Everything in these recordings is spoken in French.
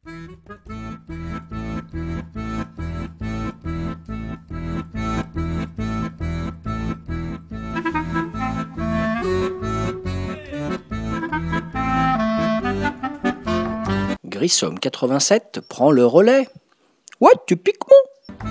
Grissom 87 prend le relais. Ouais, tu piques mon.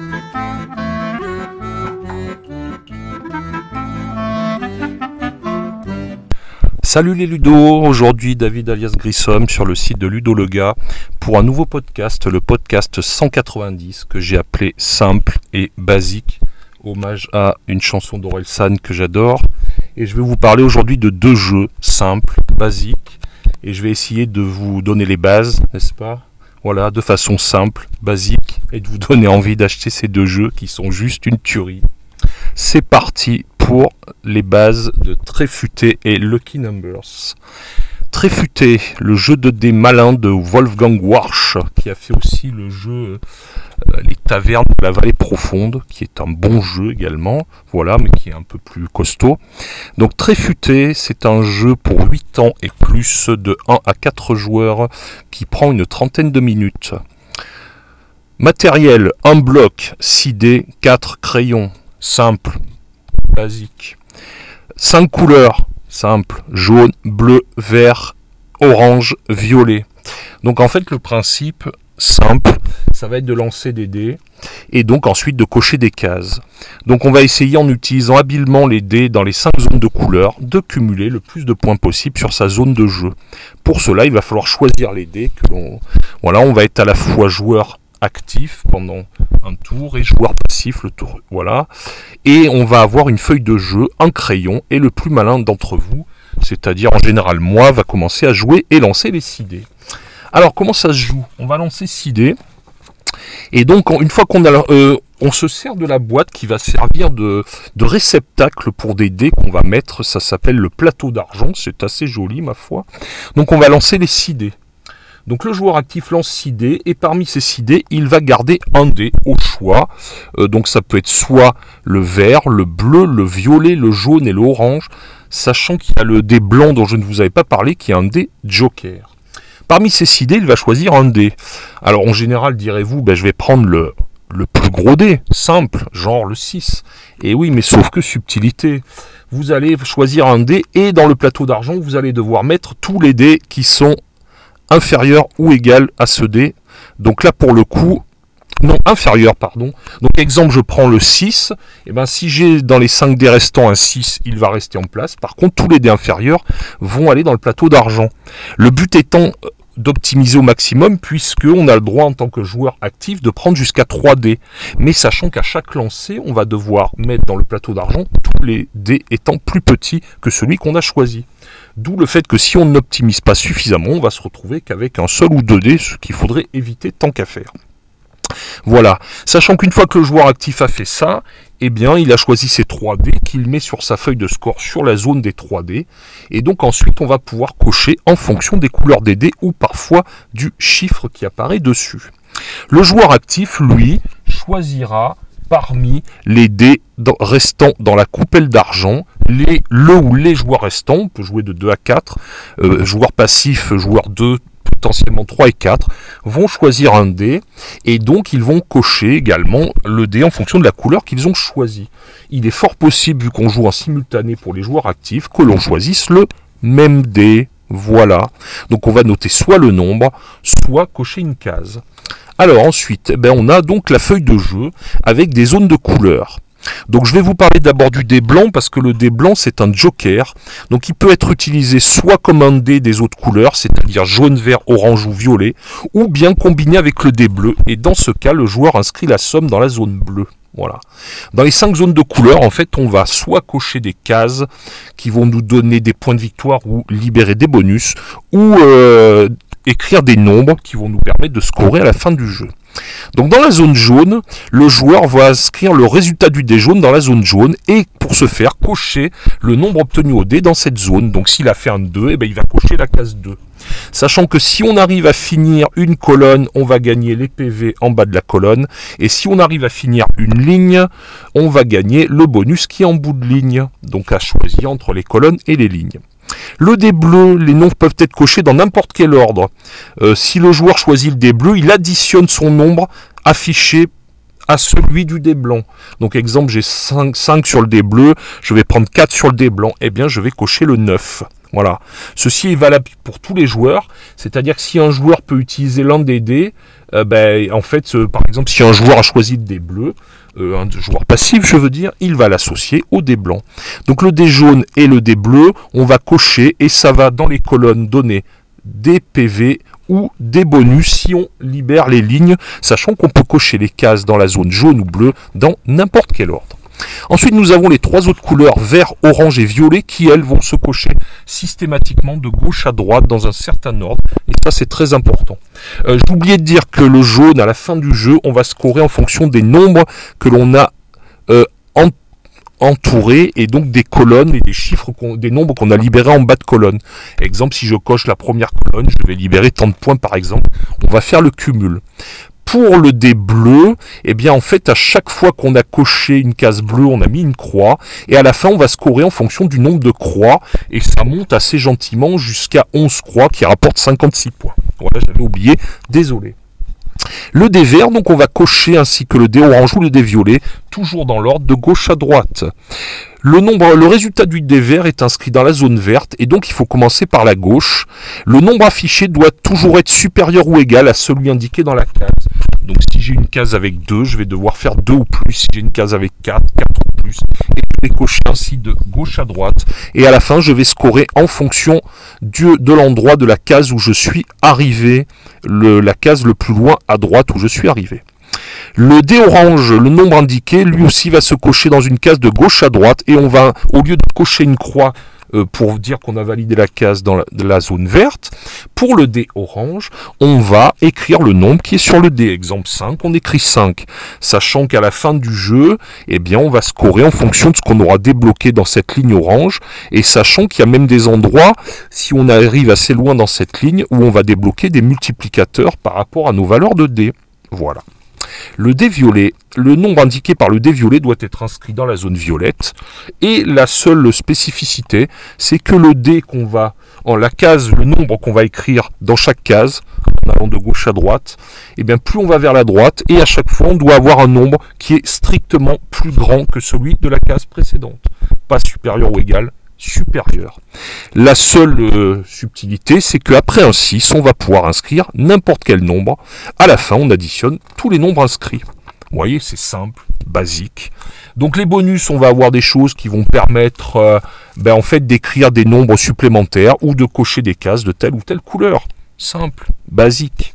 Salut les ludos, aujourd'hui David alias Grissom sur le site de Ludo le gars pour un nouveau podcast, le podcast 190 que j'ai appelé Simple et Basique, hommage à une chanson d'Orelsan que j'adore. Et je vais vous parler aujourd'hui de deux jeux simples, basiques, et je vais essayer de vous donner les bases, n'est-ce pas ? Voilà, de façon simple, basique, et de vous donner envie d'acheter ces deux jeux qui sont juste une tuerie. C'est parti pour les bases de Tréfuté et Lucky Numbers. Tréfuté, le jeu de dés malin de Wolfgang Warsch, qui a fait aussi le jeu Les Tavernes de la Vallée Profonde, qui est un bon jeu également, voilà, mais qui est un peu plus costaud. Donc Tréfuté, c'est un jeu pour 8 ans et plus, de 1 à 4 joueurs, qui prend une trentaine de minutes. Matériel, 1 bloc, 6 dés, 4 crayons, simple, basique. 5 couleurs, simple, jaune, bleu, vert, orange, violet. Donc en fait le principe simple, ça va être de lancer des dés et donc ensuite de cocher des cases. Donc on va essayer en utilisant habilement les dés dans les 5 zones de couleurs de cumuler le plus de points possible sur sa zone de jeu. Pour cela il va falloir choisir les dés que l'on... Voilà, on va être à la fois joueur actif pendant un tour et joueur passif le tour, voilà, et on va avoir une feuille de jeu, un crayon, et le plus malin d'entre vous, c'est-à-dire en général moi, va commencer à jouer et lancer les 6 dés. Alors comment ça se joue ? On va lancer 6 dés, et donc une fois qu'on a on se sert de la boîte qui va servir de réceptacle pour des dés qu'on va mettre, ça s'appelle le plateau d'argent, c'est assez joli ma foi. Donc on va lancer les 6 dés. Donc le joueur actif lance 6 dés et parmi ces 6 dés, il va garder un dé au choix. Donc ça peut être soit le vert, le bleu, le violet, le jaune et l'orange, sachant qu'il y a le dé blanc dont je ne vous avais pas parlé, qui est un dé joker. Parmi ces 6 dés, il va choisir un dé. Alors en général, direz-vous, je vais prendre le plus gros dé, simple, genre le 6. Et oui, mais sauf que subtilité. Vous allez choisir un dé et dans le plateau d'argent, vous allez devoir mettre tous les dés qui sont inférieur ou égal à ce dé. Donc là pour le coup, non, inférieur pardon. Donc exemple, je prends le 6, et si j'ai dans les 5 dés restants un 6, il va rester en place. Par contre, tous les dés inférieurs vont aller dans le plateau d'argent. Le but étant d'optimiser au maximum, puisqu'on a le droit en tant que joueur actif de prendre jusqu'à 3 dés. Mais sachant qu'à chaque lancer, on va devoir mettre dans le plateau d'argent tous les dés étant plus petits que celui qu'on a choisi. D'où le fait que si on n'optimise pas suffisamment, on va se retrouver qu'avec un seul ou 2 dés, ce qu'il faudrait éviter tant qu'à faire. Voilà, sachant qu'une fois que le joueur actif a fait ça, il a choisi ses 3 dés qu'il met sur sa feuille de score sur la zone des 3 dés. Et donc ensuite, on va pouvoir cocher en fonction des couleurs des dés ou parfois du chiffre qui apparaît dessus. Le joueur actif, lui, choisira parmi les dés restants dans la coupelle d'argent, le ou les joueurs restants, on peut jouer de 2 à 4, joueurs passifs, joueurs 2, potentiellement 3 et 4, vont choisir un dé, et donc ils vont cocher également le dé en fonction de la couleur qu'ils ont choisi. Il est fort possible, vu qu'on joue en simultané pour les joueurs actifs, que l'on choisisse le même dé, voilà. Donc on va noter soit le nombre, soit cocher une case. Alors ensuite, on a donc la feuille de jeu avec des zones de couleurs. Donc je vais vous parler d'abord du dé blanc parce que le dé blanc c'est un joker. Donc il peut être utilisé soit comme un dé des autres couleurs, c'est-à-dire jaune, vert, orange ou violet, ou bien combiné avec le dé bleu. Et dans ce cas, le joueur inscrit la somme dans la zone bleue. Voilà. Dans les 5 zones de couleurs, en fait, on va soit cocher des cases qui vont nous donner des points de victoire ou libérer des bonus, ou écrire des nombres qui vont nous permettre de scorer à la fin du jeu. Donc dans la zone jaune, le joueur va inscrire le résultat du dé jaune dans la zone jaune et pour ce faire cocher le nombre obtenu au dé dans cette zone. Donc s'il a fait un 2, il va cocher la case 2. Sachant que si on arrive à finir une colonne, on va gagner les PV en bas de la colonne. Et si on arrive à finir une ligne, on va gagner le bonus qui est en bout de ligne. Donc à choisir entre les colonnes et les lignes. Le dé bleu, les nombres peuvent être cochés dans n'importe quel ordre. Si le joueur choisit le dé bleu, il additionne son nombre affiché à celui du dé blanc. Donc exemple, j'ai 5 sur le dé bleu, je vais prendre 4 sur le dé blanc, eh bien je vais cocher le 9. Voilà. Ceci est valable pour tous les joueurs, c'est-à-dire que si un joueur peut utiliser l'un des dés, en fait, par exemple, si un joueur a choisi le dé bleu, un joueur passif, je veux dire, il va l'associer au dé blanc. Donc le dé jaune et le dé bleu, on va cocher et ça va dans les colonnes donner des PV ou des bonus si on libère les lignes, sachant qu'on peut cocher les cases dans la zone jaune ou bleue dans n'importe quel ordre. Ensuite, nous avons les 3 autres couleurs, vert, orange et violet, qui, elles, vont se cocher systématiquement de gauche à droite dans un certain ordre. Et ça, c'est très important. J'ai oublié de dire que le jaune, à la fin du jeu, on va scorer en fonction des nombres que l'on a entourés, et donc des colonnes et des chiffres, des nombres qu'on a libérés en bas de colonne. Exemple, si je coche la première colonne, je vais libérer tant de points, par exemple. On va faire le cumul. Pour le dé bleu, eh bien en fait à chaque fois qu'on a coché une case bleue, on a mis une croix, et à la fin on va scorer en fonction du nombre de croix, et ça monte assez gentiment jusqu'à 11 croix qui rapportent 56 points. Voilà, j'avais oublié, désolé. Le dé vert, donc on va cocher ainsi que le dé orange ou le dé violet, toujours dans l'ordre de gauche à droite. Le résultat du dé vert est inscrit dans la zone verte et donc il faut commencer par la gauche. Le nombre affiché doit toujours être supérieur ou égal à celui indiqué dans la case. Donc si j'ai une case avec 2, je vais devoir faire 2 ou plus. Si j'ai une case avec 4, 4 ou plus. Et je vais cocher ainsi de gauche à droite. Et à la fin, je vais scorer en fonction de l'endroit de la case où je suis arrivé. La case le plus loin à droite où je suis arrivé. Le dé orange, le nombre indiqué, lui aussi va se cocher dans une case de gauche à droite. Et on va, au lieu de cocher une croix pour dire qu'on a validé la case dans la zone verte, pour le dé orange, on va écrire le nombre qui est sur le dé. Exemple 5, on écrit 5. Sachant qu'à la fin du jeu, eh bien, on va scorer en fonction de ce qu'on aura débloqué dans cette ligne orange. Et sachant qu'il y a même des endroits, si on arrive assez loin dans cette ligne, où on va débloquer des multiplicateurs par rapport à nos valeurs de dé. Voilà. Le dé violet, le nombre indiqué par le dé violet doit être inscrit dans la zone violette. Et la seule spécificité, c'est que le dé qu'on va, le nombre qu'on va écrire dans chaque case, en allant de gauche à droite, et bien plus on va vers la droite, et à chaque fois on doit avoir un nombre qui est strictement plus grand que celui de la case précédente. Pas supérieur ou égal, supérieur. La seule subtilité, c'est qu'après un 6, on va pouvoir inscrire n'importe quel nombre. À la fin, on additionne tous les nombres inscrits. Vous voyez, c'est simple, basique. Donc les bonus, on va avoir des choses qui vont permettre en fait d'écrire des nombres supplémentaires ou de cocher des cases de telle ou telle couleur. Simple, basique.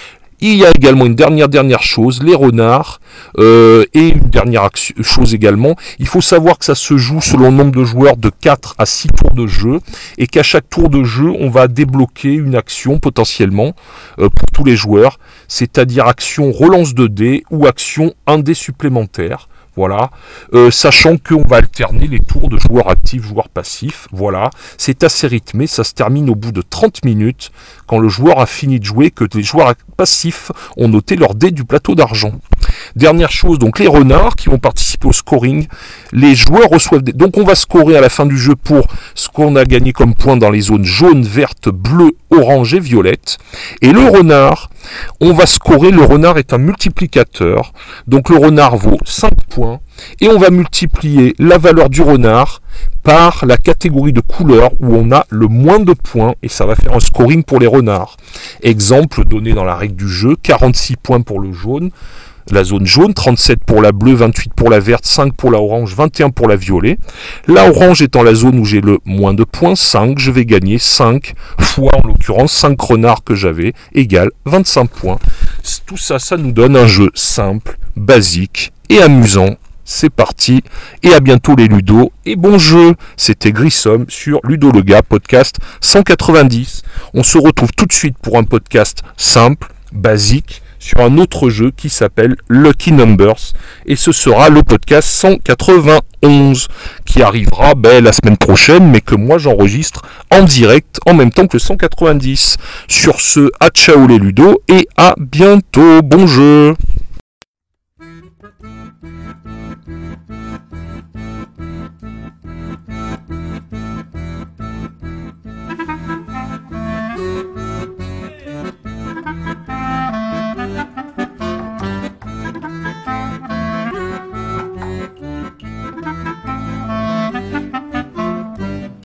Il y a également une dernière chose, les renards, et une dernière chose également, il faut savoir que ça se joue selon le nombre de joueurs de 4 à 6 tours de jeu, et qu'à chaque tour de jeu, on va débloquer une action potentiellement pour tous les joueurs, c'est-à-dire action relance de dés ou action 1 dé supplémentaire. Voilà, sachant qu'on va alterner les tours de joueurs actifs, joueurs passifs. Voilà, c'est assez rythmé, ça se termine au bout de 30 minutes, quand le joueur a fini de jouer, que les joueurs passifs ont noté leur dé du plateau d'argent. Dernière chose, donc les renards qui vont participer au scoring, les joueurs reçoivent des... Donc on va scorer à la fin du jeu pour ce qu'on a gagné comme points dans les zones jaune, verte, bleue, orange et violette. Et le renard, on va scorer, le renard est un multiplicateur, donc le renard vaut 5 points, et on va multiplier la valeur du renard par la catégorie de couleur où on a le moins de points, et ça va faire un scoring pour les renards. Exemple donné dans la règle du jeu, 46 points pour le jaune, la zone jaune, 37 pour la bleue, 28 pour la verte, 5 pour la orange, 21 pour la violet. La orange étant la zone où j'ai le moins de points, 5, je vais gagner 5 fois, en l'occurrence 5 renards que j'avais, égale 25 points. Tout ça, ça nous donne un jeu simple, basique et amusant. C'est parti, et à bientôt les Ludos, et bon jeu. C'était Grissom sur Ludo le gars, podcast 190. On se retrouve tout de suite pour un podcast simple, basique, sur un autre jeu qui s'appelle Lucky Numbers, et ce sera le podcast 191 qui arrivera la semaine prochaine, mais que moi j'enregistre en direct en même temps que le 190. Sur ce, à ciao les Ludos et à bientôt, bon jeu.